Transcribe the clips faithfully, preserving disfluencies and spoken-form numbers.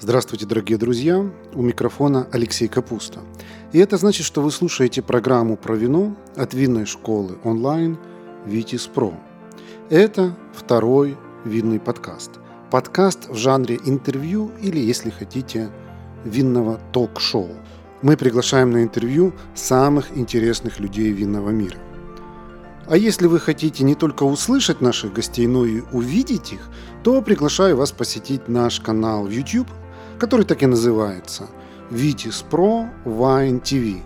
Здравствуйте, дорогие друзья! У микрофона Алексей Капуста. И это значит, что вы слушаете программу про вино от винной школы онлайн Vitis Pro. Это второй винный подкаст. Подкаст в жанре интервью или, если хотите, винного ток-шоу. Мы приглашаем на интервью самых интересных людей винного мира. А если вы хотите не только услышать наших гостей, но и увидеть их, то приглашаю вас посетить наш канал в YouTube, который так и называется Vitis Pro Wine ти ви.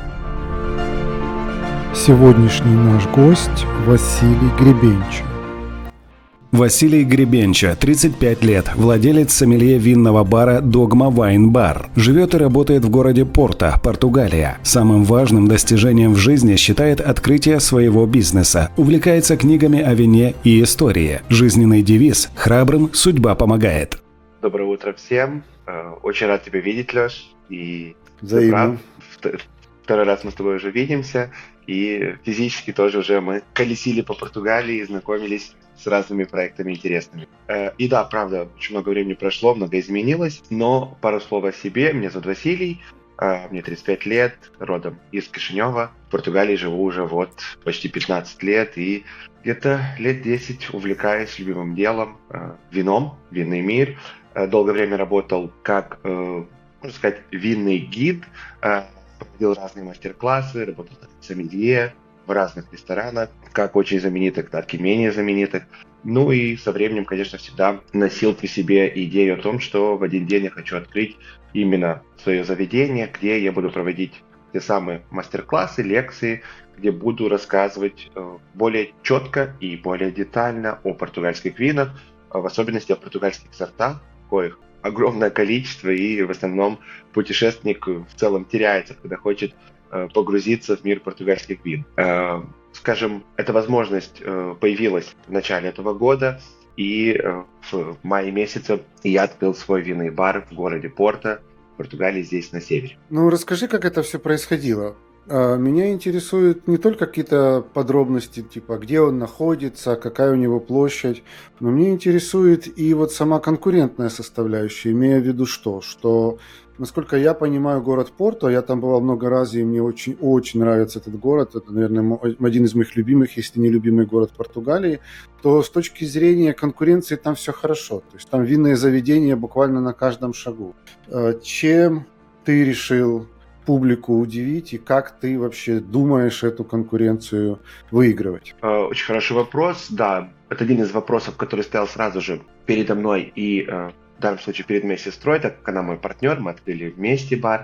Сегодняшний наш гость Василий Гребенча. Василий Гребенча, тридцать пять лет, владелец сомелье винного бара «Догма Вайн Бар». Живет и работает в городе Порто, Португалия. Самым важным достижением в жизни считает открытие своего бизнеса. Увлекается книгами о вине и истории. Жизненный девиз «Храбрым судьба помогает». Доброе утро всем. Очень рад тебя видеть, Леш. И Взаимно. Второй раз мы с тобой уже видимся. И физически тоже уже мы колесили по Португалии и знакомились с разными проектами интересными. И да, правда, очень много времени прошло, много изменилось. Но пару слов о себе. Меня зовут Василий. Мне тридцать пять лет, родом из Кишинева. В Португалии живу уже вот почти пятнадцать лет. И где-то лет десять увлекаюсь любимым делом, вином, винный мир. Долгое время работал как, можно сказать, винный гид, проводил разные мастер-классы, работал как сомелье в разных ресторанах, как очень знаменитых, так и менее знаменитых. Ну и со временем, конечно, всегда носил при себе идею о том, что в один день я хочу открыть именно свое заведение, где я буду проводить те самые мастер-классы, лекции, где буду рассказывать более четко и более детально о португальских винах, в особенности о португальских сортах, коих огромное количество, и в основном путешественник в целом теряется, когда хочет э, погрузиться в мир португальских вин. Э, скажем, эта возможность э, появилась в начале этого года, и э, в мае месяце я открыл свой винный бар в городе Порто, в Португалии, здесь на севере. Ну, расскажи, как это все происходило. Меня интересуют не только какие-то подробности, типа где он находится, какая у него площадь, но мне интересует и вот сама конкурентная составляющая, имея в виду что? Что, насколько я понимаю, город Порто, я там бывал много раз, и мне очень-очень нравится этот город, это, наверное, один из моих любимых, если не любимый город Португалии, то с точки зрения конкуренции там все хорошо, то есть там винные заведения буквально на каждом шагу. Чем ты решил публику удивить, и как ты вообще думаешь эту конкуренцию выигрывать? Очень хороший вопрос, да. Это один из вопросов, который стоял сразу же передо мной и, в данном случае, перед моей сестрой, так как она мой партнер, мы открыли вместе бар.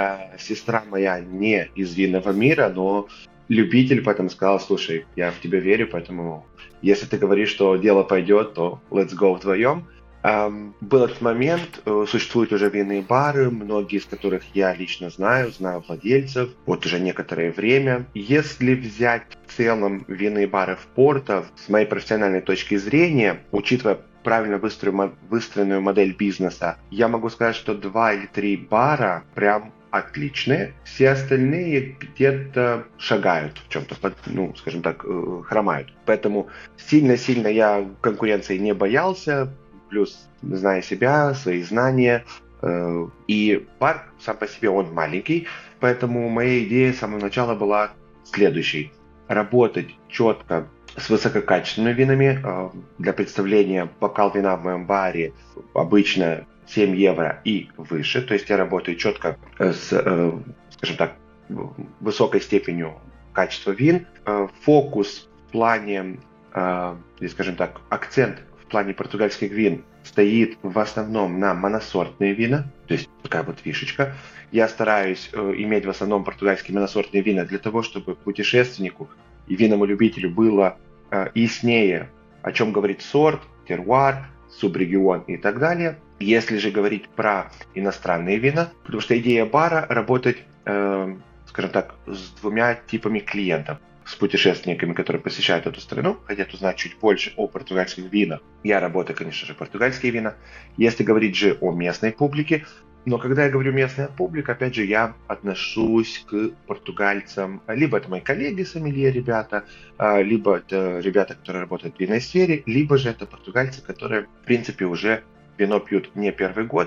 Сестра моя не из винного мира, но любитель, поэтому сказал: слушай, я в тебя верю, поэтому если ты говоришь, что дело пойдет, то let's go вдвоем. Um, был этот момент, uh, существуют уже винные бары, многие из которых я лично знаю, знаю владельцев, вот уже некоторое время. Если взять в целом винные бары в Порто, с моей профессиональной точки зрения, учитывая правильно выстроенную, выстроенную модель бизнеса, я могу сказать, что два или три бара прям отличные, все остальные где-то шагают в чем-то, ну, скажем так, хромают. Поэтому сильно-сильно я конкуренции не боялся. Плюс, зная себя, свои знания, э, и бар сам по себе он маленький, поэтому моя идея с самого начала была следующей. Работать четко с высококачественными винами. Э, для представления бокал вина в моем баре обычно семь евро и выше, то есть я работаю четко с, э, скажем так, высокой степенью качества вин. Э, фокус в плане, э, или, скажем так, акцент в плане португальских вин стоит в основном на моносортные вина, то есть такая вот фишечка. Я стараюсь э, иметь в основном португальские моносортные вина для того, чтобы путешественнику и винному любителю было э, яснее, о чем говорит сорт, терруар, субрегион и так далее. Если же говорить про иностранные вина, потому что идея бара работать, э, скажем так, с двумя типами клиентов. С путешественниками, которые посещают эту страну, хотят узнать чуть больше о португальских винах. Я работаю, конечно же, португальские вина. Если говорить же о местной публике, но когда я говорю местная публика, опять же, я отношусь к португальцам. Либо это мои коллеги, сомелье ребята, либо это ребята, которые работают в винной сфере, либо же это португальцы, которые, в принципе, уже вино пьют не первый год,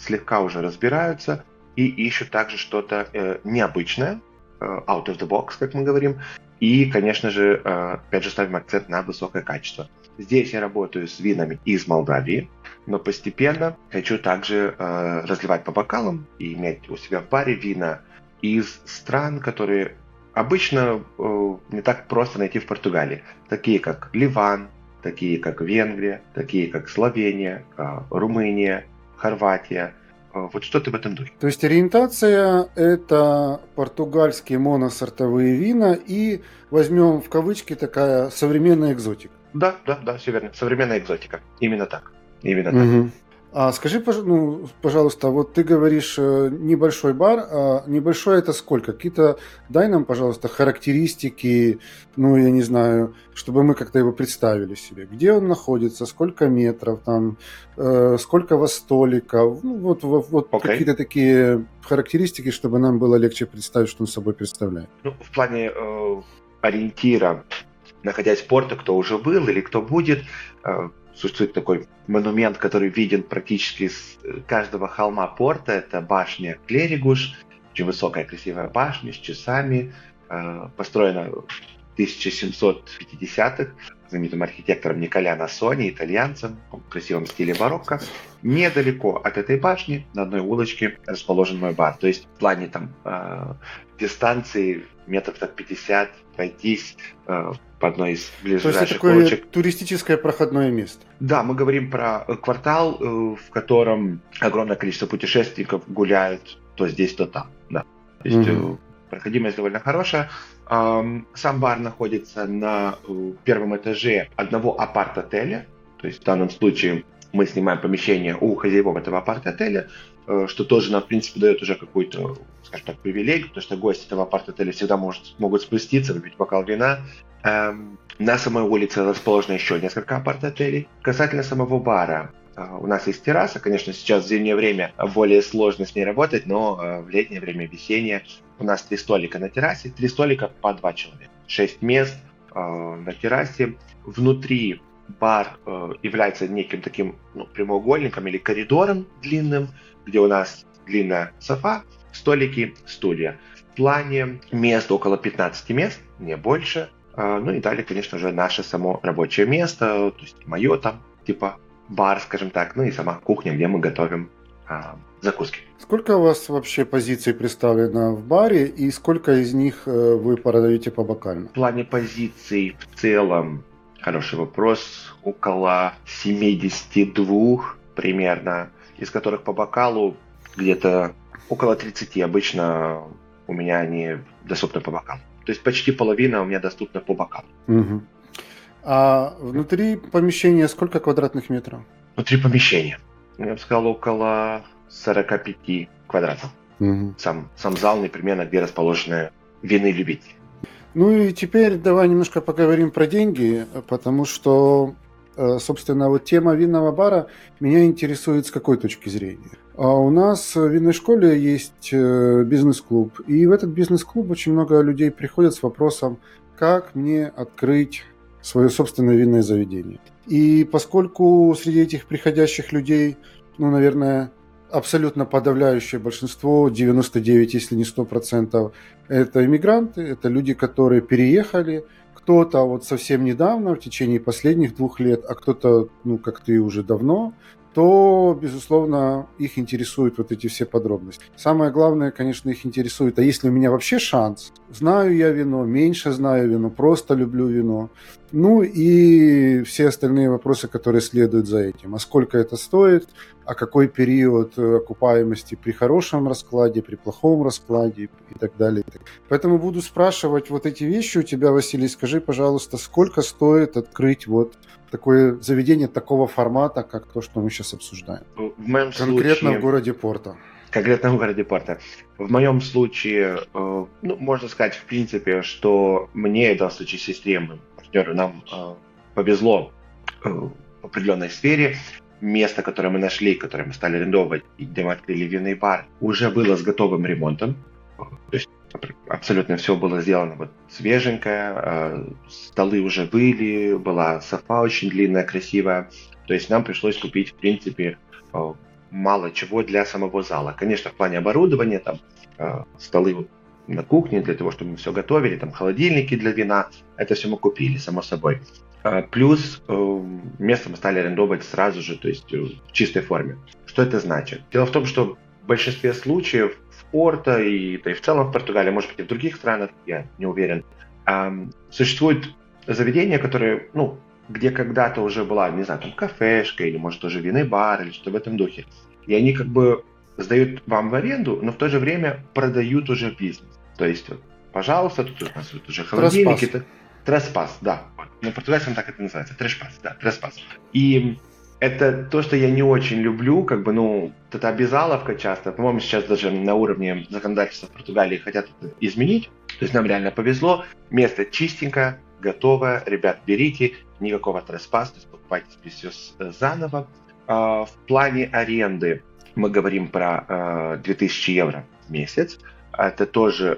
слегка уже разбираются и ищут также что-то э, необычное, э, out of the box, как мы говорим. И, конечно же, э, опять же ставим акцент на высокое качество. Здесь я работаю с винами из Молдавии, но постепенно хочу также э, разливать по бокалам и иметь у себя в баре вина из стран, которые обычно э, не так просто найти в Португалии. Такие как Ливан, такие как Венгрия, такие как Словения, э, Румыния, Хорватия. Э, вот что-то в этом духе. То есть ориентация – это португальские моносортовые вина и, возьмем в кавычки, такая современная экзотика. Да, да, да, все верно. Современная экзотика. Именно так. Именно так. Угу. А скажи, ну, пожалуйста, вот ты говоришь небольшой бар, а небольшой это сколько? Какие-то, дай нам, пожалуйста, характеристики, ну, я не знаю, чтобы мы как-то его представили себе. Где он находится, сколько метров, там, э, сколько вас столиков, ну, вот, вот, вот okay. Какие-то такие характеристики, чтобы нам было легче представить, что он собой представляет. Ну, в плане э, ориентира, находясь в Порту, кто уже был или кто будет, э, существует такой монумент, который виден практически с каждого холма порта. Это башня Клеригуш, очень высокая красивая башня с часами, э, построена в тысяча семьсот пятидесятых знаменитым архитектором Николя Насони, итальянцем, в красивом стиле барокко. Недалеко от этой башни, на одной улочке, расположен мой бар. То есть в плане там э, дистанции метров так пятьдесят пройтись э, по одной из ближайших улочек. То есть это такое улочек. Туристическое проходное место. Да, мы говорим про квартал, э, в котором огромное количество путешественников гуляют то здесь, то там. Да. То есть mm-hmm. э, проходимость довольно хорошая. Сам бар находится на первом этаже одного апарт-отеля. То есть в данном случае мы снимаем помещение у хозяев этого апарт-отеля, что тоже нам, в принципе, дает уже какую-то, скажем так, привилегию, потому что гости этого апарт-отеля всегда может, могут спуститься, выпить бокал вина. На самой улице расположено еще несколько апарт-отелей. Касательно самого бара, у нас есть терраса, конечно, сейчас в зимнее время более сложно с ней работать, но в летнее время, весеннее, у нас три столика на террасе, три столика по два человека, шесть мест э, на террасе. Внутри бар э, является неким таким ну, прямоугольником или коридором длинным, где у нас длинная софа, столики, стулья. В плане мест около пятнадцать мест, не больше. Э, ну и далее, конечно же, наше само рабочее место, то есть мое там, типа бар, скажем так, ну и сама кухня, где мы готовим а, закуски. Сколько у вас вообще позиций представлено в баре и сколько из них вы продаете по бокально? В плане позиций в целом, хороший вопрос, около семьдесят два примерно, из которых по бокалу где-то около тридцать обычно у меня они доступны по бокалу. То есть почти половина у меня доступна по бокалу. Угу. А внутри помещения сколько квадратных метров? Внутри помещения, я бы сказал, около сорок пять квадратов. Угу. Сам, сам зал, непременно, где расположены винные любители. Ну и теперь давай немножко поговорим про деньги, потому что, собственно, вот тема винного бара меня интересует с какой точки зрения. А у нас в винной школе есть бизнес-клуб, и в этот бизнес-клуб очень много людей приходят с вопросом, как мне открыть свое собственное винное заведение. И поскольку среди этих приходящих людей, ну, наверное, абсолютно подавляющее большинство, девяносто девять, если не сто процентов, это иммигранты, это люди, которые переехали, кто-то вот совсем недавно, в течение последних двух лет, а кто-то, ну, как ты, уже давно, то, безусловно, их интересуют вот эти все подробности. Самое главное, конечно, их интересует, а есть ли у меня вообще шанс? Знаю я вино, меньше знаю вино, просто люблю вино. Ну и все остальные вопросы, которые следуют за этим. А сколько это стоит? А какой период окупаемости при хорошем раскладе, при плохом раскладе и так далее. Поэтому буду спрашивать вот эти вещи у тебя, Василий. Скажи, пожалуйста, сколько стоит открыть вот такое заведение такого формата, как то, что мы сейчас обсуждаем? В моем конкретно случае, в городе Порто. Конкретно в городе Порто. В моем случае, ну, можно сказать, в принципе, что мне, в данном случае, сестре, моему партнеру, нам повезло в определенной сфере. Место, которое мы нашли, которое мы стали арендовать, и где мы открыли винный бар, уже было с готовым ремонтом. То есть абсолютно все было сделано вот свеженькое, столы уже были, была софа очень длинная, красивая. То есть нам пришлось купить, в принципе, мало чего для самого зала. Конечно, в плане оборудования, там э, столы на кухне для того, чтобы мы все готовили, там холодильники для вина, это все мы купили, само собой. Э, плюс э, место мы стали арендовать сразу же, то есть э, в чистой форме. Что это значит? Дело в том, что в большинстве случаев в Порто и, да и в целом в Португалии, может быть и в других странах, я не уверен, э, существуют заведения, которые, ну, где когда-то уже была, не знаю, там кафешка или, может, тоже винный бар или что-то в этом духе. И они как бы сдают вам в аренду, но в то же время продают уже бизнес. То есть, вот, пожалуйста, тут у нас вот уже холодильники. Треспас. Треспас, да. На португальском так это называется. Треспас, да, треспас. И это то, что я не очень люблю, как бы, ну, это обязаловка часто. По-моему, сейчас даже на уровне законодательства в Португалии хотят это изменить. То есть нам реально повезло. Место чистенькое, готовое. Ребят, берите. Никакого треспаса, то есть покупайте все заново. В плане аренды мы говорим про две тысячи евро в месяц. Это тоже,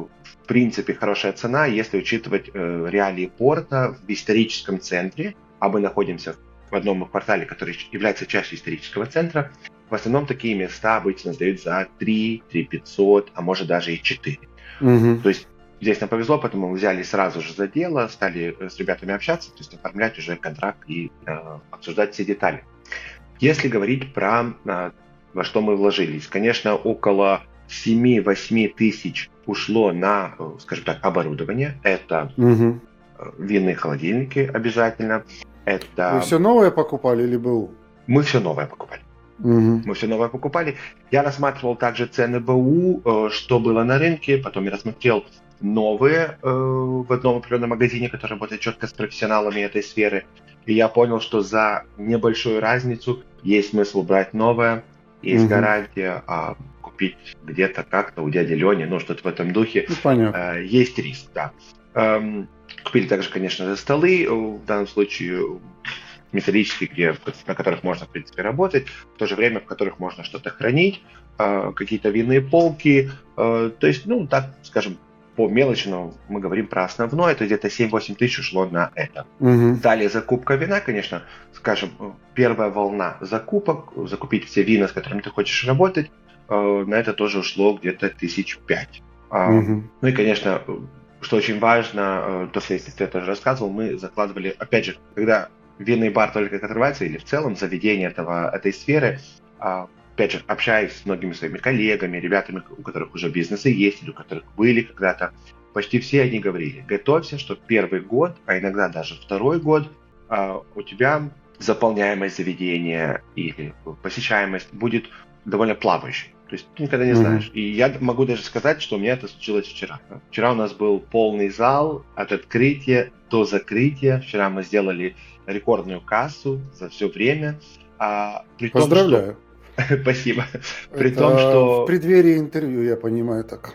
в принципе, хорошая цена, если учитывать реалии Порто в историческом центре, а мы находимся в одном квартале, который является частью исторического центра. В основном такие места обычно сдают за три, три пятьсот, а может даже и четыре. Угу. То есть здесь нам повезло, поэтому мы взяли сразу же за дело, стали с ребятами общаться, то есть оформлять уже контракт и э, обсуждать все детали. Если говорить про э, во что мы вложились, конечно, около семь-восемь тысяч ушло на, скажем так, оборудование. Это Угу. винные холодильники обязательно. Это... Вы все новое покупали или БУ? Мы все новое покупали. Угу. Мы все новое покупали. Я рассматривал также цены БУ, э, что было на рынке, потом я рассмотрел новые э, в одном определенном магазине, который работает четко с профессионалами этой сферы. И я понял, что за небольшую разницу есть смысл брать новое, есть Мгм. гарантия, а купить где-то как-то у дяди Лени, ну что-то в этом духе, Ну, понятно. э, есть риск, да. Эм, купили также, конечно же, столы, э, в данном случае э, металлические, где, на которых можно, в принципе, работать, в то же время, в которых можно что-то хранить, э, какие-то винные полки, э, то есть, ну, так, скажем, по мелочи, но мы говорим про основное, это где-то семь-восемь тысяч ушло на это. Угу. Далее закупка вина, конечно, скажем, первая волна закупок, закупить все вина, с которыми ты хочешь работать, э, на это тоже ушло где-то тысяч пять. А, Угу. Ну и, конечно, что очень важно, э, то, что я, естественно, тоже рассказывал, мы закладывали, опять же, когда винный бар только открывается, или в целом заведение этого, этой сферы, а, опять же, общаясь с многими своими коллегами, ребятами, у которых уже бизнесы есть, или у которых были когда-то, почти все они говорили, готовься, что первый год, а иногда даже второй год, а, у тебя заполняемость заведения или посещаемость будет довольно плавающей. То есть ты никогда не Мгм. знаешь. И я могу даже сказать, что у меня это случилось вчера. Вчера у нас был полный зал от открытия до закрытия. Вчера мы сделали рекордную кассу за все время. А, при том, Поздравляю. что- Спасибо. При Это том, что... в преддверии интервью, я понимаю так.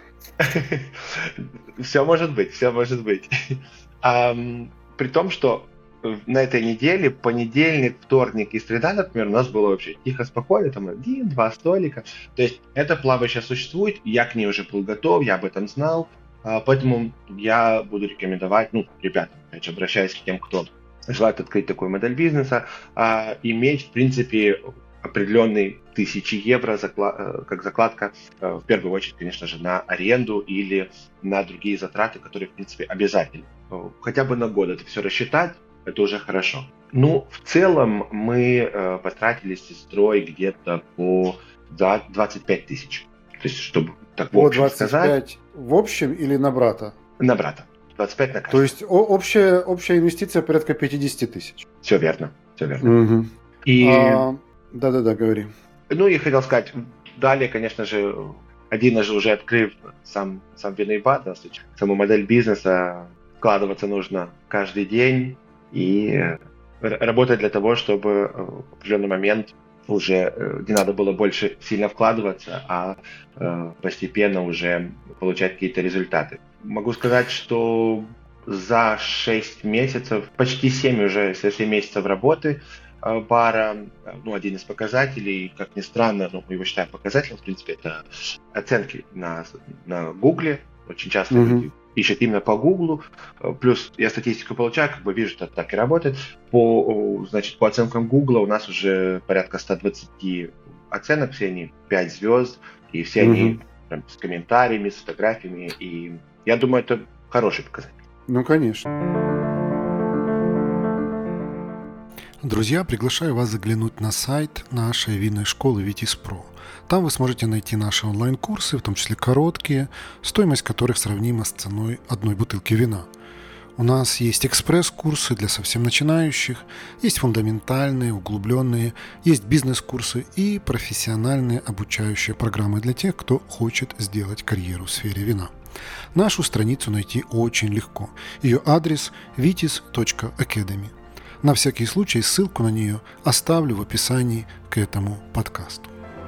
Все может быть, все может быть. Ам, При том, что на этой неделе, понедельник, вторник и среда, например, у нас было вообще тихо, спокойно, там один-два столика. То есть эта плавающая существует, я к ней уже был готов, я об этом знал, а, поэтому я буду рекомендовать, ну, ребятам, опять же, обращаясь к тем, кто желает открыть такую модель бизнеса, а, иметь, в принципе, определенные тысячи евро закла- э, как закладка, э, в первую очередь, конечно же, на аренду или на другие затраты, которые, в принципе, обязательны. Э, Хотя бы на год это все рассчитать, это уже хорошо. Ну, в целом мы э, потратили с сестрой где-то по да, двадцать пять тысяч. То есть, чтобы так в По общем двадцать сказать, пять в общем или на брата? на брата. двадцать пять на каждого. То есть о- общая, общая инвестиция порядка пятьдесят тысяч. Все верно, все верно. Угу. И... Да-да-да, говори. Ну и хотел сказать, далее, конечно же, один же уже открыв сам, сам винный бар, да, саму модель бизнеса, вкладываться нужно каждый день и р- работать для того, чтобы в определенный момент уже э, не надо было больше сильно вкладываться, а э, постепенно уже получать какие-то результаты. Могу сказать, что за шесть месяцев, почти семь уже, если семь месяцев работы, бара, ну, один из показателей, как ни странно, ну, мы его считаем показателем, в принципе, это оценки на, на Гугле. Очень часто Мгм. люди ищут именно по Гуглу. Плюс я статистику получаю, как бы вижу, что это так и работает. По, значит, по оценкам Гугла у нас уже порядка сто двадцать оценок, все они пять звезд, и все угу. они прям, с комментариями, с фотографиями, и я думаю, это хороший показатель. Ну, конечно. Друзья, приглашаю вас заглянуть на сайт нашей винной школы Vitis.Pro. Там вы сможете найти наши онлайн-курсы, в том числе короткие, стоимость которых сравнима с ценой одной бутылки вина. У нас есть экспресс-курсы для совсем начинающих, есть фундаментальные, углубленные, есть бизнес-курсы и профессиональные обучающие программы для тех, кто хочет сделать карьеру в сфере вина. Нашу страницу найти очень легко. Ее адрес vitis точка academy. На всякий случай ссылку на нее оставлю в описании к этому подкасту.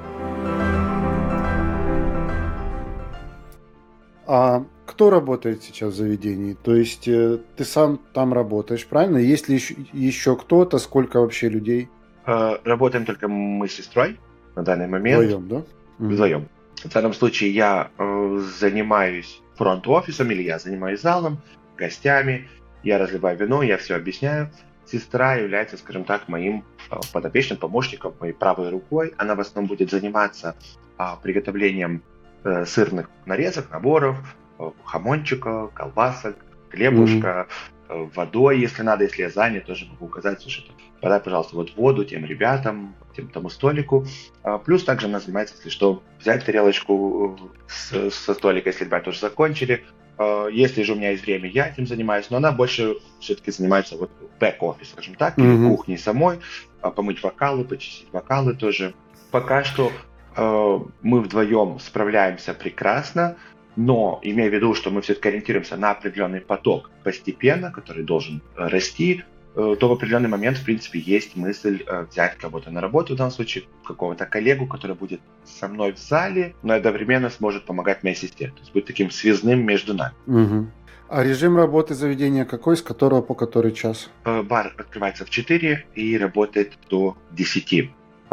А кто работает сейчас в заведении? То есть э, ты сам там работаешь, правильно? Есть ли еще, еще кто-то? Сколько вообще людей? Э, работаем только мы с сестрой на данный момент. Вдвоем, да? Вдвоем. В данном случае я э, занимаюсь фронт-офисом или я занимаюсь залом, гостями, я разливаю вино, я все объясняю. Сестра является, скажем так, моим э, подопечным помощником, моей правой рукой. Она в основном будет заниматься э, приготовлением э, сырных нарезок, наборов, э, хамончика, колбасок, хлебушка, mm-hmm. э, водой, если надо, если я занят, тоже могу указать, слушай, подай, пожалуйста, вот воду тем ребятам, тем тому столику. А, плюс также она занимается, если что, взять тарелочку с, со столика, если ребята тоже закончили. А, если же у меня есть время, я этим занимаюсь, но она больше все-таки занимается вот бэк-офис, скажем так, mm-hmm. или кухней самой, а, помыть бокалы, почистить бокалы тоже. Пока что а, мы вдвоем справляемся прекрасно, но имея в виду, что мы все-таки ориентируемся на определенный поток постепенно, который должен расти, то в определенный момент, в принципе, есть мысль взять кого-то на работу, в данном случае какого-то коллегу, который будет со мной в зале, но одновременно сможет помогать моей сестре. То есть будет таким связным между нами. Угу. А режим работы заведения какой, с которого по который час? Бар открывается в четыре и работает до десяти.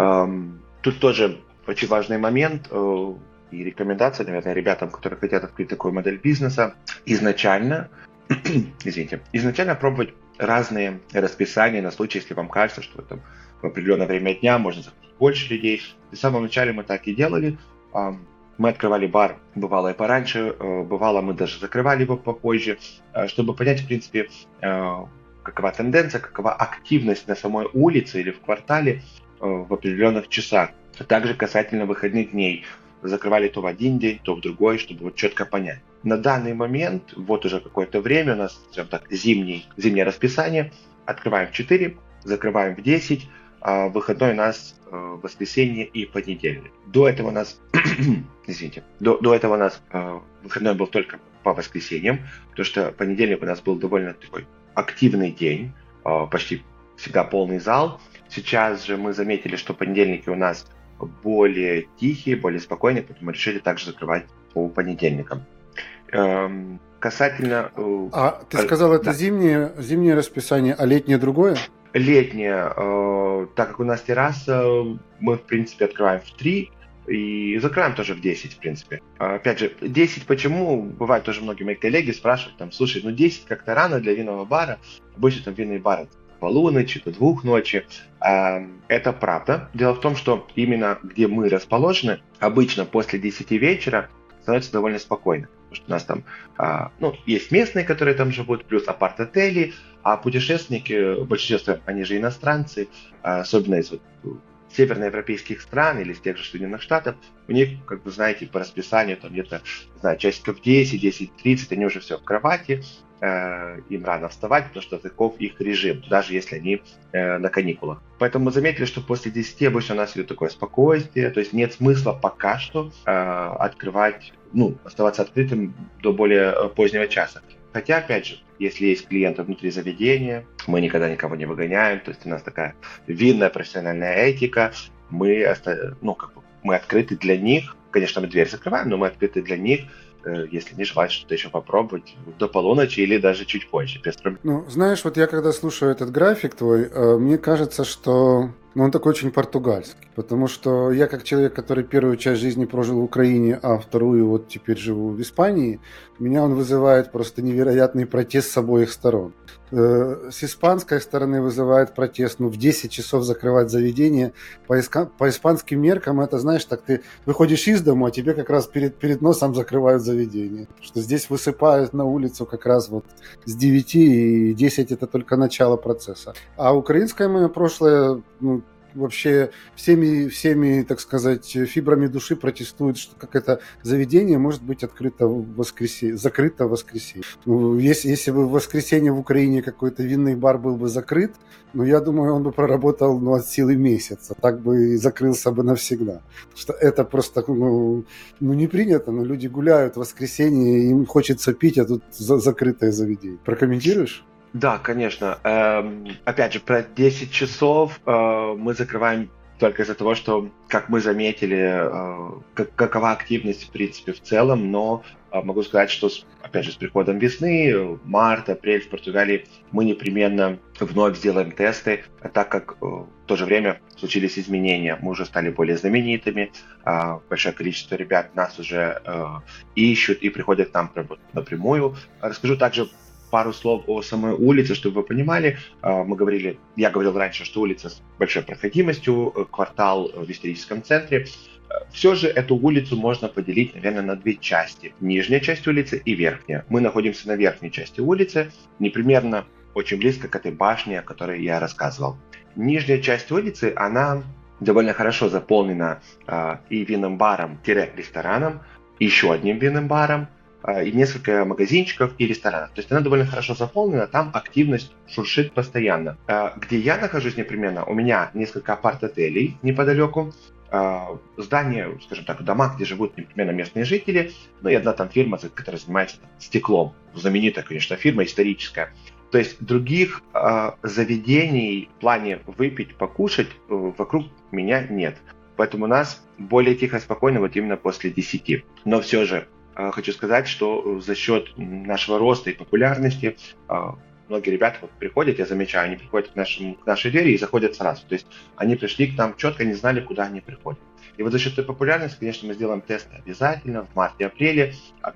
Тут тоже очень важный момент и рекомендация, наверное, ребятам, которые хотят открыть такую модель бизнеса, изначально, извините, изначально пробовать разные расписания на случай, если вам кажется, что там в определенное время дня можно захватить больше людей. И в самом начале мы так и делали. Мы открывали бар, бывало и пораньше, бывало мы даже закрывали его попозже, чтобы понять, в принципе, какова тенденция, какова активность на самой улице или в квартале в определенных часах. Также касательно выходных дней. Закрывали то в один день, то в другой, чтобы вот четко понять. На данный момент, вот уже какое-то время у нас, скажем так, зимний, зимнее расписание. Открываем в четыре, закрываем в десять, а выходной у нас э, воскресенье и понедельник. До этого у нас, извините, до, до этого у нас э, выходной был только по воскресеньям, потому что понедельник у нас был довольно такой активный день, э, почти всегда полный зал. Сейчас же мы заметили, что понедельники у нас более тихие, более спокойные, поэтому мы решили также закрывать по понедельникам. Эм, касательно... А ты сказал, это да. зимнее, зимнее расписание, а летнее другое? Летнее, э, так как у нас терраса, мы, в принципе, открываем в три и закрываем тоже в десять, в принципе. Опять же, десять почему? Бывает тоже многие мои коллеги спрашивают, там, слушай, ну десять как-то рано для винного бара, обычно там винные бары полуночи, до двух ночи. Это правда. Дело в том, что именно где мы расположены, обычно после десяти вечера становится довольно спокойно. Потому что у нас там ну, есть местные, которые там живут, плюс апарт-отели, а путешественники, большинство, они же иностранцы, особенно из вот северноевропейских стран или из тех же Соединенных Штатов, у них, как вы знаете, по расписанию там где-то, не знаю, часиков десять, десять тридцать, они уже все в кровати, э, им рано вставать, потому что таков их режим, даже если они э, на каникулах. Поэтому мы заметили, что после десяти обычно у нас идет такое спокойствие, то есть нет смысла пока что э, открывать, ну, оставаться открытым до более позднего часа. Хотя, опять же, если есть клиенты внутри заведения, мы никогда никого не выгоняем, то есть у нас такая винная профессиональная этика, мы, ну, как бы, мы открыты для них, конечно, мы дверь закрываем, но мы открыты для них, если они желают что-то еще попробовать до полуночи или даже чуть позже, без проблем. Ну, знаешь, вот я когда слушаю этот график твой, мне кажется, что ну, он такой очень португальский, потому что я как человек, который первую часть жизни прожил в Украине, а вторую вот теперь живу в Испании, меня он вызывает просто невероятный протест с обоих сторон. С испанской стороны вызывает протест. Ну, в десять часов закрывать заведение. По, иска... по испанским меркам это, знаешь, так ты выходишь из дома, а тебе как раз перед, перед носом закрывают заведение. Потому что здесь высыпают на улицу как раз вот с девяти, и десять это только начало процесса. А украинское мое прошлое, ну, вообще всеми, всеми, так сказать, фибрами души протестует, что как это заведение может быть открыто в воскресенье, закрыто в воскресенье. Ну, если, если бы в воскресенье в Украине какой-то винный бар был бы закрыт, ну, я думаю, он бы проработал, ну, от силы месяца, так бы и закрылся бы навсегда. Потому что это просто, ну, ну не принято, но люди гуляют в воскресенье, им хочется пить, а тут за- закрытое заведение. Прокомментируешь? Да, конечно. Эм, опять же, про десять часов э, мы закрываем только из-за того, что, как мы заметили, э, как, какова активность, в принципе, в целом, но э, могу сказать, что, с, опять же, с приходом весны, март, апрель в Португалии мы непременно вновь сделаем тесты, так как э, в то же время случились изменения. Мы уже стали более знаменитыми, э, большое количество ребят нас уже э, ищут и приходят к нам напрямую. Расскажу также пару слов о самой улице, чтобы вы понимали. Мы говорили, я говорил раньше, что улица с большой проходимостью, квартал в историческом центре. Все же эту улицу можно поделить, наверное, на две части. Нижняя часть улицы и верхняя. Мы находимся на верхней части улицы, непримерно очень близко к этой башне, о которой я рассказывал. Нижняя часть улицы, она довольно хорошо заполнена и винным баром-рестораном, еще одним винным баром, и несколько магазинчиков и ресторанов. То есть она довольно хорошо заполнена, там активность шуршит постоянно. Где я нахожусь непременно, у меня несколько апарт-отелей неподалеку, здания, скажем так, дома, где живут непременно местные жители, ну и одна там фирма, которая занимается там стеклом. Знаменитая, конечно, фирма, историческая. То есть других э, заведений в плане выпить, покушать э, вокруг меня нет. Поэтому у нас более тихо, спокойно вот именно после десяти. Но все же хочу сказать, что за счет нашего роста и популярности многие ребята вот приходят, я замечаю, они приходят к, нашему, к нашей двери и заходят сразу. То есть они пришли к нам четко, не знали, куда они приходят. И вот за счет этой популярности, конечно, мы сделаем тесты обязательно в марте-апреле,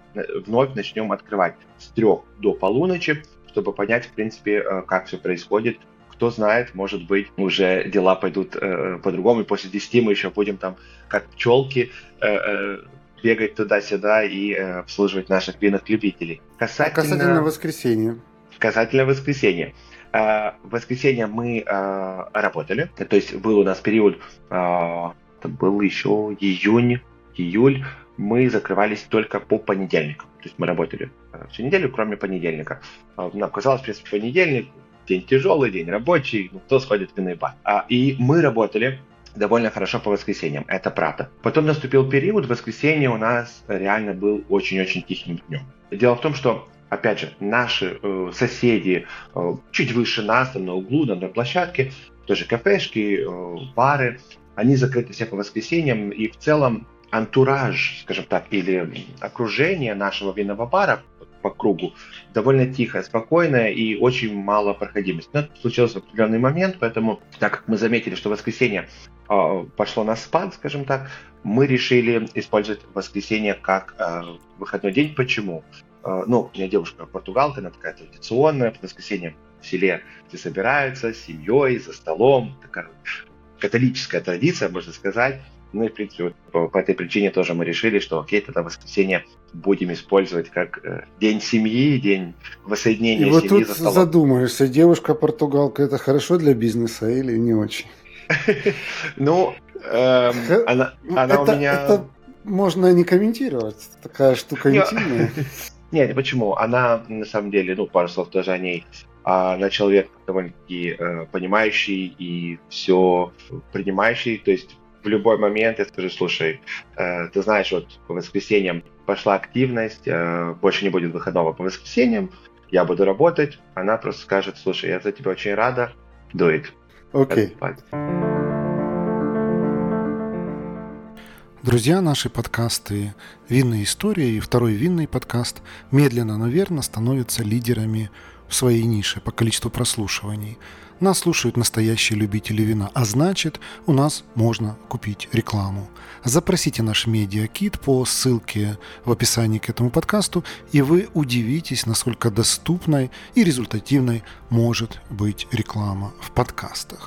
вновь начнем открывать с трех до полуночи, чтобы понять, в принципе, как все происходит. Кто знает, может быть, уже дела пойдут э, по-другому, и после десяти мы еще будем там, как пчелки, э, э, бегать туда-сюда и э, обслуживать наших винных любителей. Касательно, касательно воскресенья. Касательно воскресенья. Э, в воскресенье мы э, работали, то есть был у нас период, э, это был еще июнь, июль, мы закрывались только по понедельникам. То есть мы работали э, всю неделю, кроме понедельника. Э, нам казалось, в принципе, понедельник, день тяжелый, день рабочий, ну, кто сходит в винный бар. А, и мы работали довольно хорошо по воскресеньям, это правда. Потом наступил период, воскресенье у нас реально был очень-очень тихим днем. Дело в том, что, опять же, наши э, соседи э, чуть выше нас, там, на углу, на одной площадке, тоже кафешки, э, бары, они закрыты все по воскресеньям, и в целом антураж, скажем так, или окружение нашего винного бара по кругу довольно тихое, спокойное и очень мало проходимости. Но это случилось в определенный момент, поэтому, так как мы заметили, что воскресенье э, пошло на спад, скажем так, мы решили использовать воскресенье как э, выходной день. Почему? Э, ну, у меня девушка португалка, она такая традиционная, в воскресенье в селе все собираются с семьей, за столом, такая католическая традиция, можно сказать. Ну и, в принципе, вот по, по этой причине тоже мы решили, что окей, тогда воскресенье будем использовать как э, день семьи, день воссоединения и вот семьи тут за столом. Задумаешься, девушка-португалка, это хорошо для бизнеса или не очень? Ну, она у меня... Это можно не комментировать, такая штука интимная. Нет, почему? Она, на самом деле, ну, пару слов тоже о ней. Она человек довольно-таки понимающий и все принимающий, то есть в любой момент я скажу, слушай, э, ты знаешь, вот по воскресеньям пошла активность, э, больше не будет выходного по воскресеньям, я буду работать. Она просто скажет, слушай, я за тебя очень рада, do it. Окей. Okay. Друзья, наши подкасты «Винные истории» и второй винный подкаст медленно, но верно становятся лидерами в своей нише по количеству прослушиваний. Нас слушают настоящие любители вина, а значит, у нас можно купить рекламу. Запросите наш медиакит по ссылке в описании к этому подкасту, и вы удивитесь, насколько доступной и результативной может быть реклама в подкастах.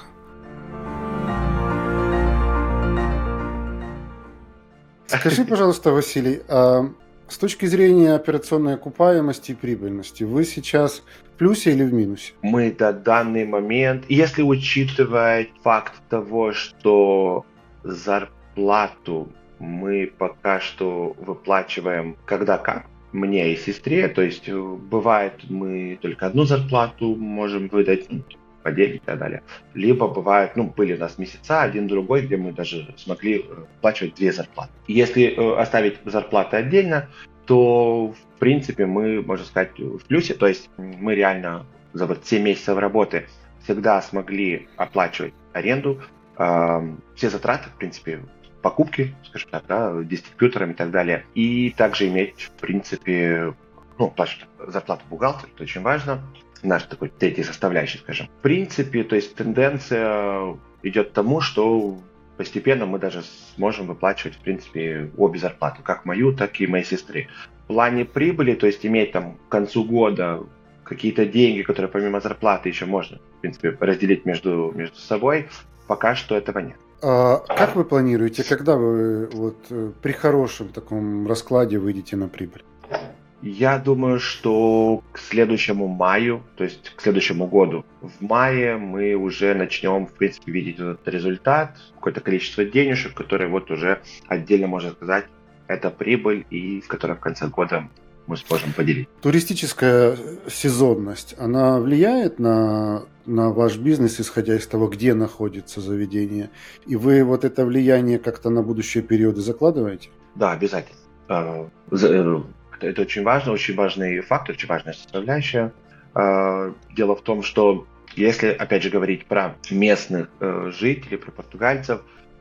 Скажи, пожалуйста, Василий, а с точки зрения операционной окупаемости и прибыльности, вы сейчас в плюсе или в минусе? Мы на данный момент, если учитывать факт того, что зарплату мы пока что выплачиваем когда как, мне и сестре, то есть бывает мы только одну зарплату можем выдать, ну, поделить и так далее. Либо бывает, ну, были у нас месяца, один другой, где мы даже смогли выплачивать две зарплаты. Если э, оставить зарплаты отдельно, то, в принципе, мы, можно сказать, в плюсе. То есть мы реально за вот семь месяцев работы всегда смогли оплачивать аренду, э, все затраты, в принципе, покупки, скажем так, да, дистрибьюторам и так далее. И также иметь, в принципе, ну, платить зарплату бухгалтера, это очень важно. Наш такой третий составляющий, скажем. В принципе, то есть тенденция идет к тому, что постепенно мы даже сможем выплачивать, в принципе, обе зарплаты, как мою, так и моей сестры. В плане прибыли, то есть иметь там к концу года какие-то деньги, которые помимо зарплаты еще можно, в принципе, разделить между, между собой, пока что этого нет. А как вы планируете, когда вы вот при хорошем таком раскладе выйдете на прибыль? Я думаю, что к следующему маю, то есть к следующему году, в мае мы уже начнем, в принципе, видеть этот результат, какое-то количество денежек, которые вот уже отдельно, можно сказать, это прибыль, и в которой в конце года мы сможем поделить. Туристическая сезонность, она влияет на, на ваш бизнес, исходя из того, где находится заведение? И вы вот это влияние как-то на будущие периоды закладываете? Да, обязательно. Это очень важно, очень важный фактор, очень важная составляющая. Дело в том, что если, опять же, говорить про местных жителей, про португальцев,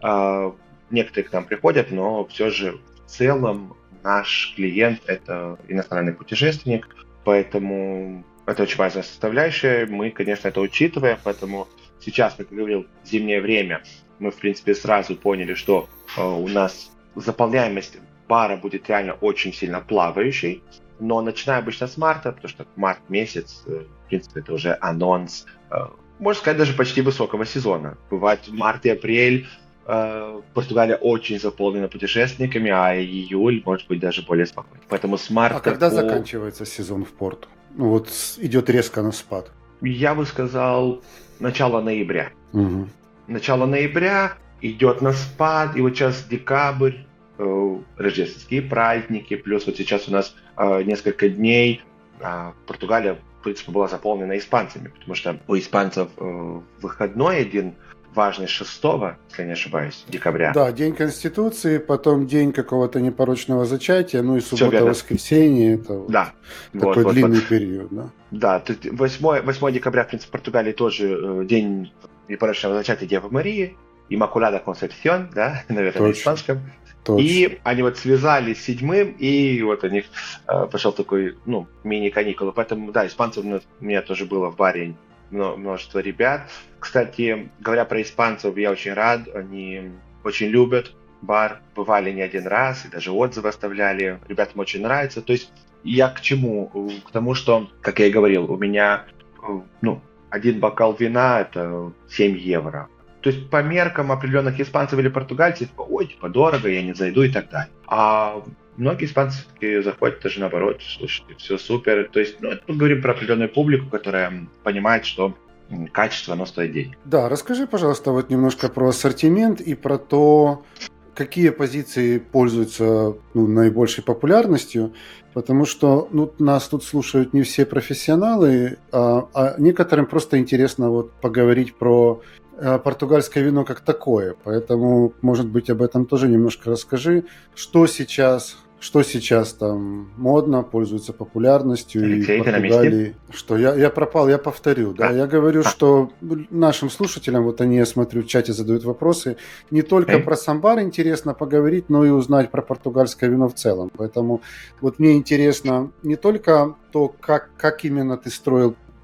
некоторые к нам приходят, но все же в целом наш клиент – это иностранный путешественник, поэтому это очень важная составляющая. Мы, конечно, это учитываем, поэтому сейчас, как я говорил, в зимнее время мы, в принципе, сразу поняли, что у нас заполняемость бара будет реально очень сильно плавающей, но начиная обычно с марта, потому что март месяц, в принципе, это уже анонс, можно сказать, даже почти высокого сезона. Бывает март и апрель Португалия очень заполнена путешественниками, а июль может быть даже более спокойный. Поэтому с марта. А когда по... заканчивается сезон в Порту? Ну вот идет резко на спад. Я бы сказал, начало ноября. Угу. Начало ноября идет на спад, и вот сейчас декабрь, рождественские праздники, плюс вот сейчас у нас э, несколько дней э, Португалия, в принципе, была заполнена испанцами, потому что у испанцев э, выходной один важный шестого, если я не ошибаюсь, декабря. Да, День Конституции, потом день какого-то непорочного зачатия, ну и суббота-воскресенье, это вот да. такой вот, длинный вот. период, да? Да, восьмого декабря, в принципе, в Португалии тоже э, день непорочного зачатия Девы Марии, Иммакулада Концепсион, да, наверное, Точно. на испанском. Точно. И они вот связались с седьмым, и вот у них э, пошел такой, ну, мини-каникулы. Поэтому, да, испанцев у меня тоже было в баре множество ребят. Кстати, говоря про испанцев, я очень рад, они очень любят бар, бывали не один раз, и даже отзывы оставляли, ребятам очень нравится. То есть я к чему? К тому, что, как я и говорил, у меня, ну, один бокал вина – это семь евро. То есть по меркам определенных испанцев или португальцев, типа, ой, типа, дорого, я не зайду и так далее. А многие испанцы все-таки заходят даже наоборот, слушайте, все супер. То есть, ну, это мы говорим про определенную публику, которая понимает, что качество, оно стоит денег. Да, расскажи, пожалуйста, вот немножко про ассортимент и про то, какие позиции пользуются, ну, наибольшей популярностью, потому что, ну, нас тут слушают не все профессионалы, а, а некоторым просто интересно вот поговорить про португальское вино как такое, поэтому, может быть, об этом тоже немножко расскажи, что сейчас, что сейчас там модно, пользуется популярностью. Алексей, и в Португалии. Что я, я пропал, я повторю, да, а? я говорю, а? что нашим слушателям, вот они, я смотрю, в чате задают вопросы, не только Эй. про самбар интересно поговорить, но и узнать про португальское вино в целом, поэтому вот мне интересно не только то, как, как именно ты строил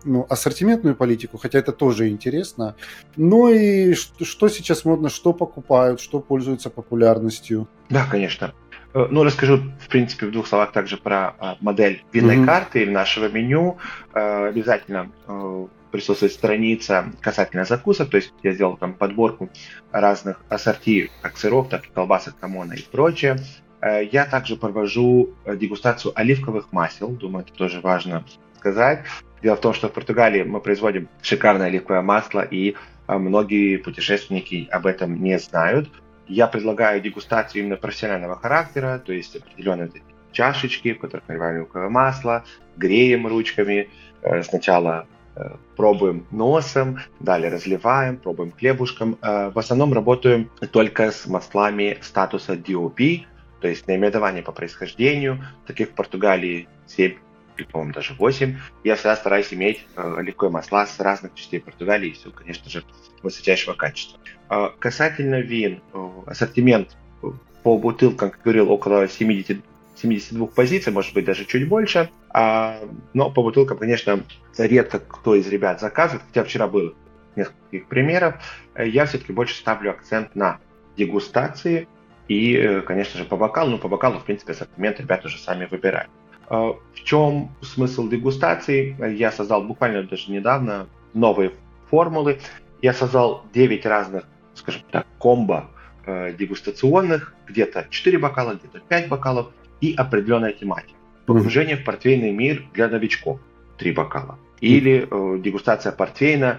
ну, ассортиментную политику, хотя это тоже интересно. Ну и что, что сейчас модно, что покупают, что пользуется популярностью. Да, конечно. Ну, расскажу, в принципе, в двух словах также про модель винной mm-hmm. карты или нашего меню. Обязательно присутствует страница касательно закусок, то есть я сделал там подборку разных ассорти, как сыров, так и колбасок, хамона и прочее. Я также провожу дегустацию оливковых масел, думаю, это тоже важно сказать. Дело в том, что в Португалии мы производим шикарное оливковое масло, и многие путешественники об этом не знают. Я предлагаю дегустацию именно профессионального характера, то есть определенные вот эти чашечки, в которых наливаем оливковое масло, греем ручками, сначала пробуем носом, далее разливаем, пробуем хлебушком. В основном работаем только с маслами статуса ди о пи, то есть наименование по происхождению. Таких в Португалии семь, или, по-моему, даже восемь. Я всегда стараюсь иметь оливковые масла с разных частей Португалии, и все, конечно же, высочайшего качества. Касательно вин, ассортимент по бутылкам, как говорил, около семьдесят, семьдесят две позиций, может быть, даже чуть больше. Но по бутылкам, конечно, редко кто из ребят заказывает, хотя вчера было несколько таких примеров. Я все-таки больше ставлю акцент на дегустации и, конечно же, по бокалу. Ну, по бокалу, в принципе, ассортимент ребята уже сами выбирают. В чем смысл дегустации? Я создал буквально даже недавно новые формулы. Я создал девять разных, скажем так, комбо э, дегустационных, где-то четыре бокала, где-то пять бокалов и определенная тематика. Погружение в портвейный мир для новичков три бокала. Или э, дегустация портвейна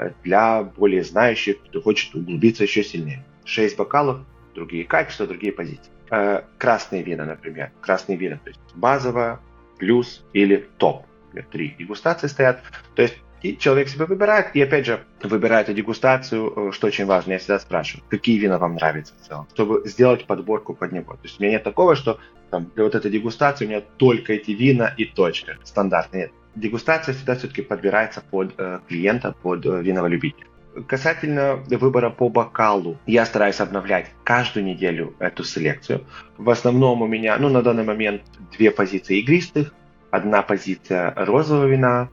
для более знающих, кто хочет углубиться еще сильнее. шесть бокалов, другие качества, другие позиции. Э, красные вина, например. Красные вина, то есть базовая, плюс или топ. Три дегустации стоят. То есть и человек себе выбирает, и опять же выбирает дегустацию, что очень важно, я всегда спрашиваю, какие вина вам нравятся в целом, чтобы сделать подборку под него. То есть у меня нет такого, что там, для вот этой дегустации у меня только эти вина и точка, стандартно. Нет. Дегустация всегда все-таки подбирается под э, клиента, под э, винного любителя. Касательно выбора по бокалу, я стараюсь обновлять каждую неделю эту селекцию. В основном у меня, ну на данный момент, две позиции игристых, одна позиция розового вина,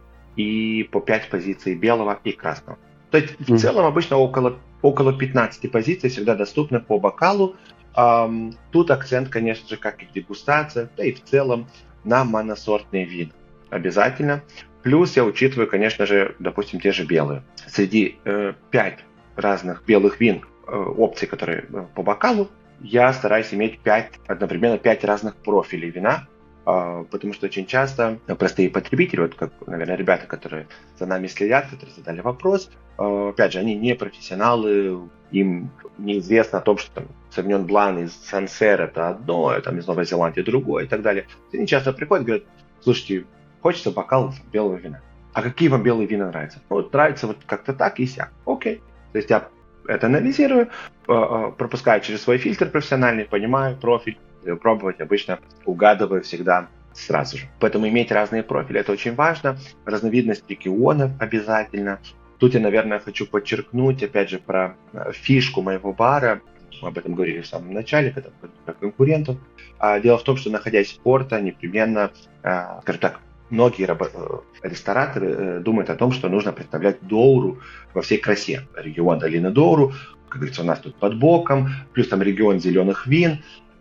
и по пять позиций белого и красного. То есть в целом обычно около, около пятнадцать позиций всегда доступны по бокалу. Эм, тут акцент, конечно же, как и в дегустации, да и в целом на моносортные вина. Обязательно. Плюс я учитываю, конечно же, допустим, те же белые. Среди э, пять разных белых вин, э, опций, которые э, по бокалу, я стараюсь иметь пять, одновременно пять разных профилей вина. Потому что очень часто простые потребители, вот как, наверное, ребята, которые за нами следят, которые задали вопрос, опять же, они не профессионалы, им неизвестно о том, что там Совиньон Блан из Сансер это одно, а там из Новой Зеландии другое и так далее. Они часто приходят и говорят: слушайте, хочется бокал белого вина. А какие вам белые вина нравятся? Вот нравится вот как-то так и сяк. Окей. То есть я это анализирую, пропускаю через свой фильтр профессиональный, понимаю профиль, пробовать обычно угадываю всегда сразу же. Поэтому иметь разные профили — это очень важно. Разновидность регионов обязательно. Тут я, наверное, хочу подчеркнуть, опять же, про фишку моего бара. Мы об этом говорили в самом начале, когда про конкурентов. Дело в том, что, находясь в Порто, непременно, скажем так, многие рестораторы думают о том, что нужно представлять Доуру во всей красе. Регион долины Доуру, как говорится, у нас тут под боком, плюс там регион зеленых вин.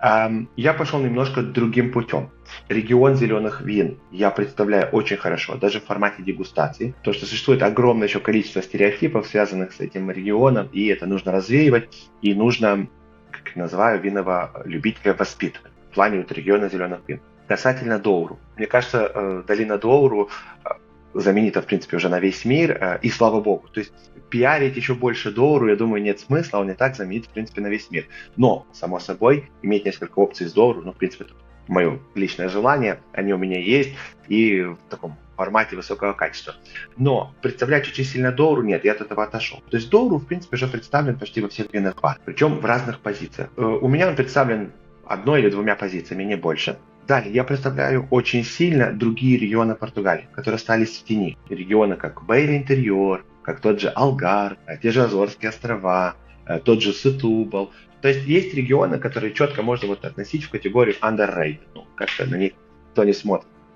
Я пошел немножко другим путем. Регион зеленых вин я представляю очень хорошо, даже в формате дегустации, потому что существует огромное еще количество стереотипов, связанных с этим регионом, и это нужно развеивать, и нужно, как я называю, винного любителя воспитывать в плане вот региона зеленых вин. Касательно Доуру. Мне кажется, долина Доуру знаменита, в принципе, уже на весь мир, и слава богу. То есть пиарить еще больше Доуру, я думаю, нет смысла, он и так знаменит, в принципе, на весь мир. Но, само собой, иметь несколько опций с Доуру, ну, в принципе, это мое личное желание, они у меня есть, и в таком формате высокого качества. Но представлять очень сильно Доуру нет, я от этого отошел. То есть Доуру, в принципе, уже представлен почти во всех винных барах, причем в разных позициях. У меня он представлен одной или двумя позициями, не больше. Далее я представляю очень сильно другие регионы Португалии, которые остались в тени. Регионы как Бейра Интерьор, как тот же Алгар, те же Азорские острова, тот же Сетубал. То есть есть регионы, которые четко можно вот относить в категорию underrated. Ну, как-то на них никто не смотрит.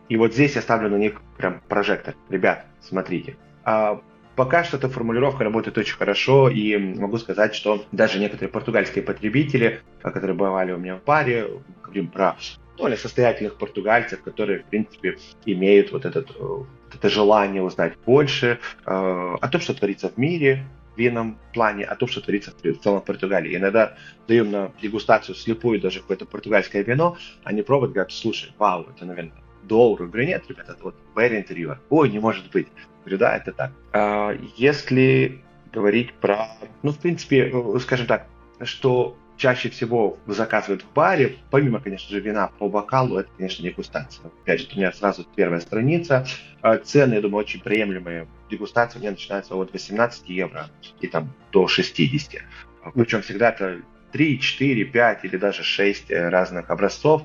И вот здесь я ставлю на них прям прожектор. Ребят, смотрите. А пока что эта формулировка работает очень хорошо, и могу сказать, что даже некоторые португальские потребители, которые бывали у меня в баре, говорим про более состоятельных португальцев, которые, в принципе, имеют вот, этот, вот это желание узнать больше э, о том, что творится в мире, в винном плане, о том, что творится в целом в Португалии. Иногда даем на дегустацию слепую даже какое-то португальское вино, они пробуют, говорят, слушай, вау, это, наверное, Доуру. Говорю, нет, ребята, это вот very interior. Ой, не может быть. Говорю, да, это так. А если говорить про, ну, в принципе, скажем так, что чаще всего заказывают в баре, помимо, конечно же, вина по бокалу, это, конечно, дегустация. Опять же, у меня сразу первая страница. Цены, я думаю, очень приемлемые. Дегустация у меня начинается от восемнадцати евро и там до шестидесяти. Причем всегда это три, четыре, пять или даже шесть разных образцов.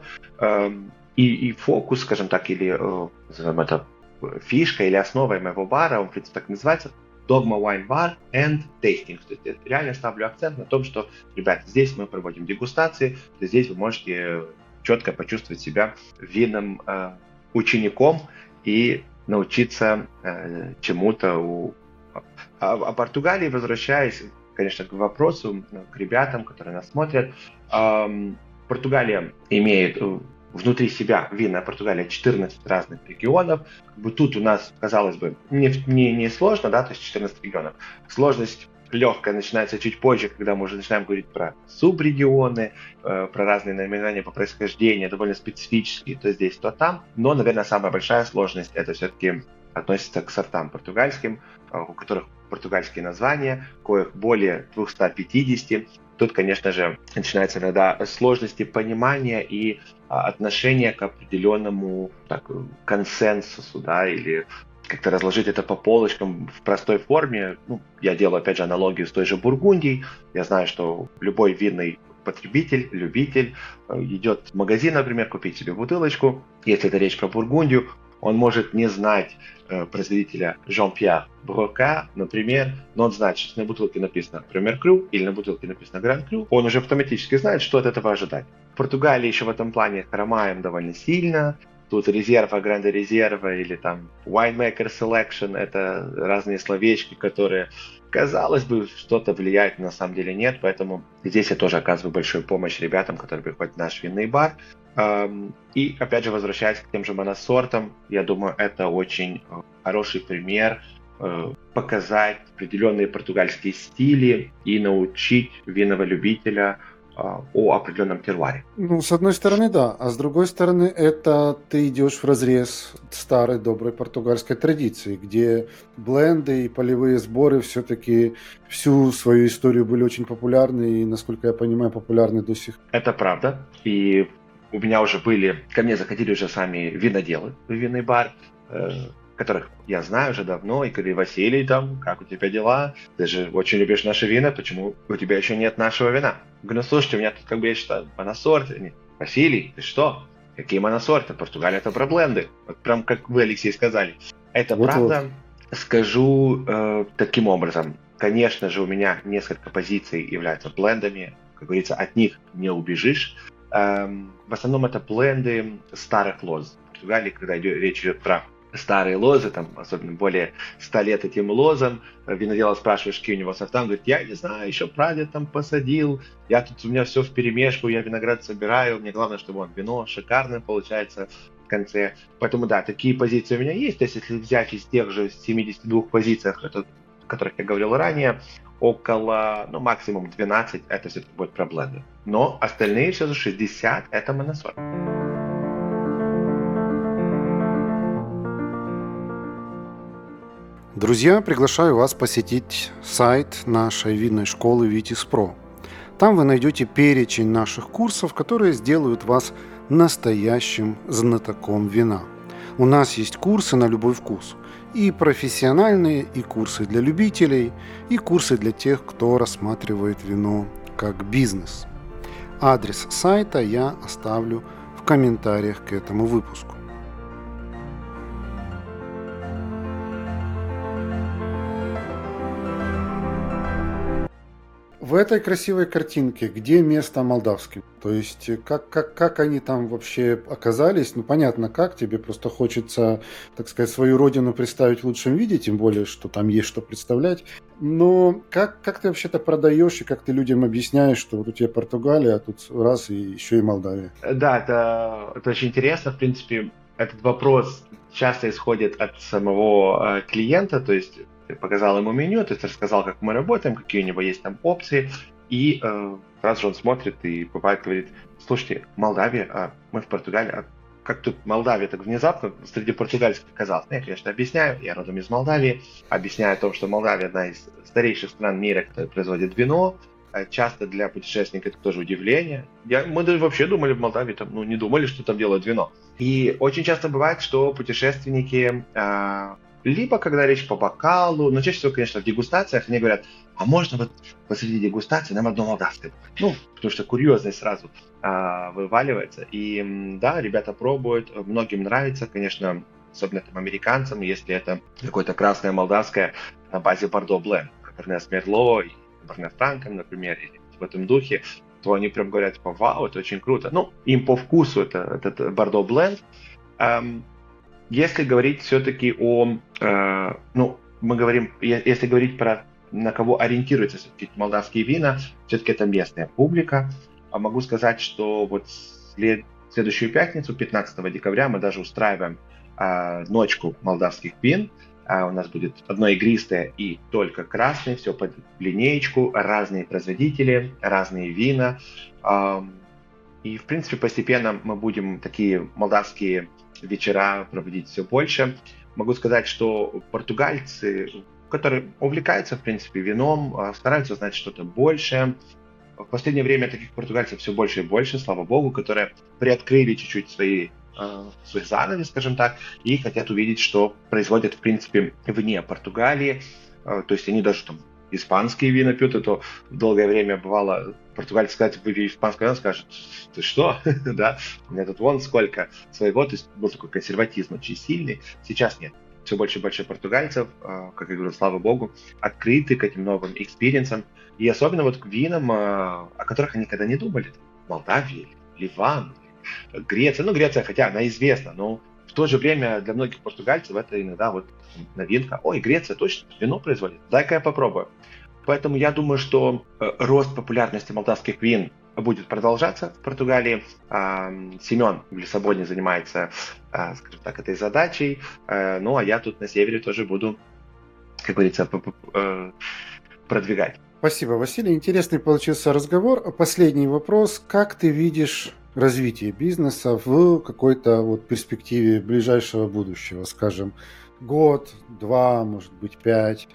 И, и фокус, скажем так, или назовем это фишка или основой моего бара, он, в принципе, так называется, Dogma Wine Bar and Tasting. То есть я реально ставлю акцент на том, что, ребята, здесь мы проводим дегустации, здесь вы можете четко почувствовать себя винным э, учеником и научиться э, чему-то. У... А, а Португалии, возвращаясь, конечно, к вопросу, к ребятам, которые нас смотрят, э, Португалия имеет внутри себя винная Португалия четырнадцать разных регионов. Как бы тут у нас, казалось бы, не, не, не сложно, да, то есть четырнадцать регионов. Сложность легкая начинается чуть позже, когда мы уже начинаем говорить про субрегионы, э, про разные наименования по происхождению, довольно специфические, то здесь, то там. Но, наверное, самая большая сложность это все-таки относится к сортам португальским, э, у которых португальские названия, коих более двести пятьдесят. Тут, конечно же, начинаются иногда сложности понимания и а, отношения к определенному так, консенсусу, да, или как-то разложить это по полочкам в простой форме. Ну, я делаю, опять же, аналогию с той же Бургундией. Я знаю, что любой винный потребитель, любитель идет в магазин, например, купить себе бутылочку. Если это речь про Бургундию, он может не знать э, производителя Жан-Пьер Брока, например, но он знает, что на бутылке написано Premier Cru или на бутылке написано Grand Cru. Он уже автоматически знает, что от этого ожидать. В Португалии еще в этом плане хромаем довольно сильно. Тут резерва, гранде резерва или там winemaker selection — это разные словечки, которые, казалось бы, что-то влияет, но на самом деле нет. Поэтому здесь я тоже оказываю большую помощь ребятам, которые приходят в наш винный бар. И, опять же, возвращаясь к тем же моносортам, я думаю, это очень хороший пример показать определенные португальские стили и научить винного любителя о определенном терруаре. Ну, с одной стороны, да, а с другой стороны, это ты идешь вразрез старой доброй португальской традиции, где бленды и полевые сборы все-таки всю свою историю были очень популярны и, насколько я понимаю, популярны до сих пор. Это правда. И у меня уже были, ко мне заходили уже сами виноделы в винный бар, э, которых я знаю уже давно, и говорили: Василий, там, как у тебя дела? Ты же очень любишь наши вина, почему у тебя еще нет нашего вина? Говорю: ну слушайте, у меня тут, как бы, я считаю, моносорты. Василий, ты что? Какие моносорты? Португалия — это про бленды. Вот прям как вы, Алексей, сказали. Это вот правда. Вот. Скажу э, таким образом. Конечно же, у меня несколько позиций являются блендами. Как говорится, от них не убежишь. Эм, в основном это бленды старых лоз. В Португалии, когда идет, речь идет про старые лозы, там, особенно более ста лет этим лозам, винодела спрашиваешь, какие у него сорта, он говорит: я не знаю, еще прадед там посадил, я тут, у меня все вперемешку, я виноград собираю, мне главное, чтобы он вино шикарное получается в конце. Поэтому да, такие позиции у меня есть. То есть если взять из тех же семидесяти двух позиций, о которых я говорил ранее, около, ну, максимум двенадцать это все-таки будет про бленды. Но остальные все же шестьдесят это моносорт. Друзья, приглашаю вас посетить сайт нашей винной школы Vitis.Pro. Там вы найдете перечень наших курсов, которые сделают вас настоящим знатоком вина. У нас есть курсы на любой вкус. И профессиональные, и курсы для любителей, и курсы для тех, кто рассматривает вино как бизнес. Адрес сайта я оставлю в комментариях к этому выпуску. В этой красивой картинке где место молдавским? То есть как, как, как они там вообще оказались? Ну, понятно, как. Тебе просто хочется, так сказать, свою родину представить в лучшем виде, тем более, что там есть что представлять. Но как, как ты вообще-то продаешь и как ты людям объясняешь, что вот у тебя Португалия, а тут раз и еще и Молдавия? Да, это, это очень интересно. В принципе, этот вопрос часто исходит от самого э, клиента, то есть ты показал ему меню, то есть рассказал, как мы работаем, какие у него есть там опции, и э, сразу же он смотрит и бывает говорит: слушайте, Молдавия, а мы в Португалии, а как тут Молдавия так внезапно среди португальских оказалась? Я, конечно, объясняю, я родом из Молдавии, объясняю о том, что Молдавия одна из старейших стран мира, которая производит вино. Часто для путешественников это тоже удивление. Я, мы даже вообще думали в Молдавии, там, ну, не думали, что там делают вино. И очень часто бывает, что путешественники, э, либо когда речь по бокалу, но чаще всего, конечно, в дегустациях, они говорят: а можно вот посреди дегустации нам одно молдавское? Ну, потому что курьезность сразу э, вываливается. И да, ребята пробуют, многим нравится, конечно, особенно там американцам, если это какое-то красное молдавское на базе Бордо Бленд, Каберне Мерло, Каберне Франком, например, или в этом духе, то они прям говорят, типа, вау, это очень круто. Ну, им по вкусу это, этот Бордо Бленд. Эм, если говорить все-таки о, э, ну, мы говорим, если говорить про на кого ориентируются все-таки молдавские вина, все-таки это местная публика. А могу сказать, что вот след, следующую пятницу, пятнадцатого декабря, мы даже устраиваем э, ночку молдавских вин. Uh, у нас будет одно игристое и только красное, все под линеечку, разные производители, разные вина. Uh, и, в принципе, постепенно мы будем такие молдавские вечера проводить все больше. Могу сказать, что португальцы, которые увлекаются, в принципе, вином, uh, стараются знать что-то большее. В последнее время таких португальцев все больше и больше, слава богу, которые приоткрыли чуть-чуть свои свой занавес, скажем так, и хотят увидеть, что производят, в принципе, вне Португалии. То есть они даже там испанские вина пьют, а то долгое время бывало, португальцы сказать, выпьют испанское вино, скажут: ты что? Да, у меня тут вон сколько своего, то есть был такой консерватизм очень сильный. Сейчас нет. Все больше и больше португальцев, как я говорю, слава богу, открыты к этим новым экспириенсам, и особенно вот к винам, о которых они никогда не думали. Молдавия, Ливан, Греция, ну Греция, хотя она известна, но в то же время для многих португальцев это иногда вот новинка. Ой, Греция точно вино производит, дай-ка я попробую. Поэтому я думаю, что э, рост популярности молдавских вин будет продолжаться в Португалии. Э, Семен в Лиссабоне занимается, э, скажем так, этой задачей, э, ну а я тут на севере тоже буду, как говорится, э, продвигать. Спасибо, Василий. Интересный получился разговор. Последний вопрос. Как ты видишь развитие бизнеса в какой-то вот перспективе ближайшего будущего, скажем, год, два, может быть, пять?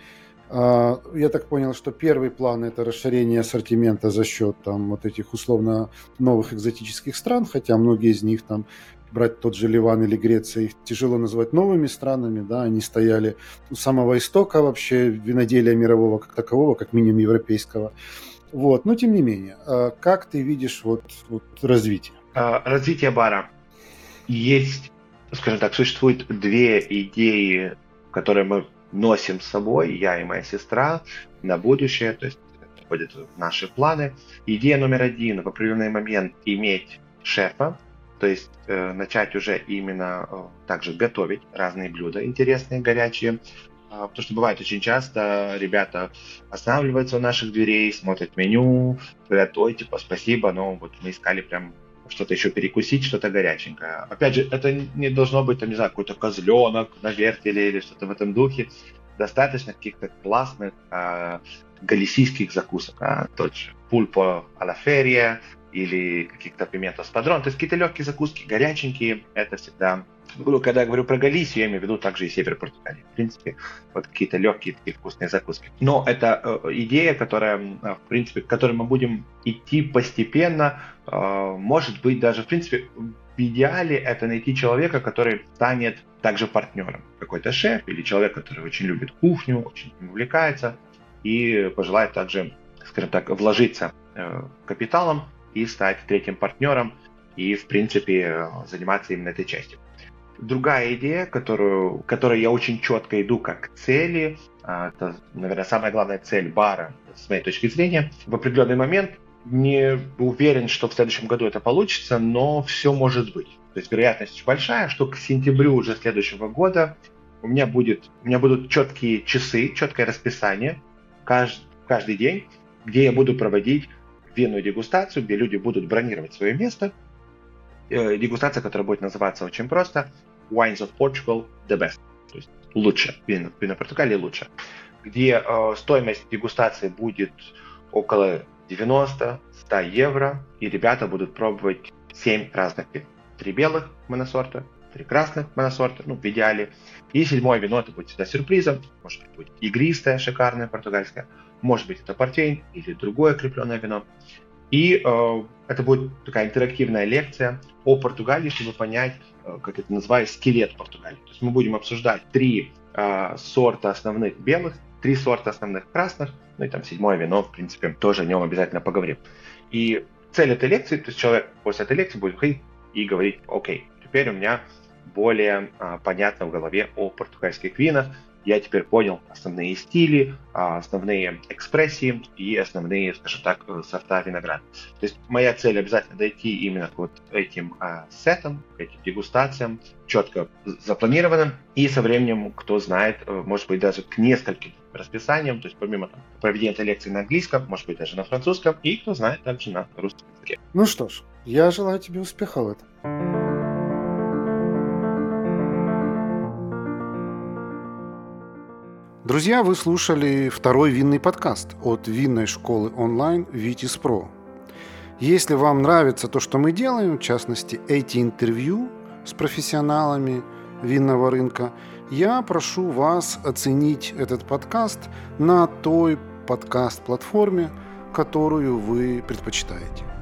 Я так понял, что первый план – это расширение ассортимента за счет там вот этих условно новых экзотических стран, хотя многие из них там, брать тот же Ливан или Греция, их тяжело назвать новыми странами, да, они стояли у самого истока вообще виноделия мирового как такового, как минимум европейского. Вот, но тем не менее, как ты видишь вот, вот развитие? Развитие бара. Есть, скажем так, существует две идеи, которые мы носим с собой, я и моя сестра, на будущее, то есть это входит в наши планы. Идея номер один: в определенный момент иметь шефа, то есть э, начать уже именно э, также готовить разные блюда интересные, горячие. Потому что бывает очень часто ребята останавливаются у наших дверей, смотрят меню, говорят: ой, типа, спасибо, но вот мы искали прям что-то еще перекусить, что-то горяченькое. Опять же, это не должно быть, там, не знаю, какой-то козленок на вертеле или что-то в этом духе. Достаточно каких-то классных э, галисийских закусок. А? Тот же пульпо а-ла ферия или каких-то пименtos падрон. То есть какие-то легкие закуски, горяченькие, это всегда... Когда я говорю про Галисию, я имею в виду также и север Португалии. В принципе, вот какие-то легкие такие вкусные закуски. Но это э, идея, которая, э, в принципе, к которой мы будем идти постепенно. Э, может быть, даже, в принципе, в идеале это найти человека, который станет также партнером. Какой-то шеф или человек, который очень любит кухню, очень увлекается и пожелает также, скажем так, вложиться э, капиталом и стать третьим партнером и, в принципе, заниматься именно этой частью. Другая идея, которую, которой я очень четко иду как к цели, это, наверное, самая главная цель бара, с моей точки зрения, в определенный момент не уверен, что в следующем году это получится, но все может быть. То есть вероятность очень большая, что к сентябрю уже следующего года у меня, будет, у меня будут четкие часы, четкое расписание каждый, каждый день, где я буду проводить винную дегустацию, где люди будут бронировать свое место. Дегустация, которая будет называться очень просто Wines of Portugal the Best, то есть лучше, вино, вино Португалии лучше, где э, стоимость дегустации будет около девяносто-сто евро, и ребята будут пробовать семь разных вин. Три белых моносорта, три красных моносорта, ну, в идеале. И седьмое вино, это будет всегда сюрпризом. Может быть, будет игристое, шикарное, португальское. Может быть, это портвейн или другое крепленное вино. И э, это будет такая интерактивная лекция о Португалии, чтобы понять, э, как это называется, скелет Португалии. То есть мы будем обсуждать три э, сорта основных белых, три сорта основных красных, ну и там седьмое вино, в принципе, тоже о нем обязательно поговорим. И цель этой лекции, то есть человек после этой лекции будет ходить и говорить: окей, теперь у меня более а, понятно в голове о португальских винах, я теперь понял основные стили, а, основные экспрессии и основные, скажем так, сорта винограда. То есть моя цель обязательно дойти именно к вот этим а, сетам, к этим дегустациям, четко запланированным, и со временем, кто знает, может быть, даже к нескольким расписаниям, то есть помимо там, проведения этой лекции на английском, может быть, даже на французском, и кто знает, также на русском языке. Ну что ж, я желаю тебе успеха в этом. Друзья, вы слушали второй винный подкаст от винной школы онлайн Vitis Pro. Если вам нравится то, что мы делаем, в частности, эти интервью с профессионалами винного рынка, я прошу вас оценить этот подкаст на той подкаст-платформе, которую вы предпочитаете.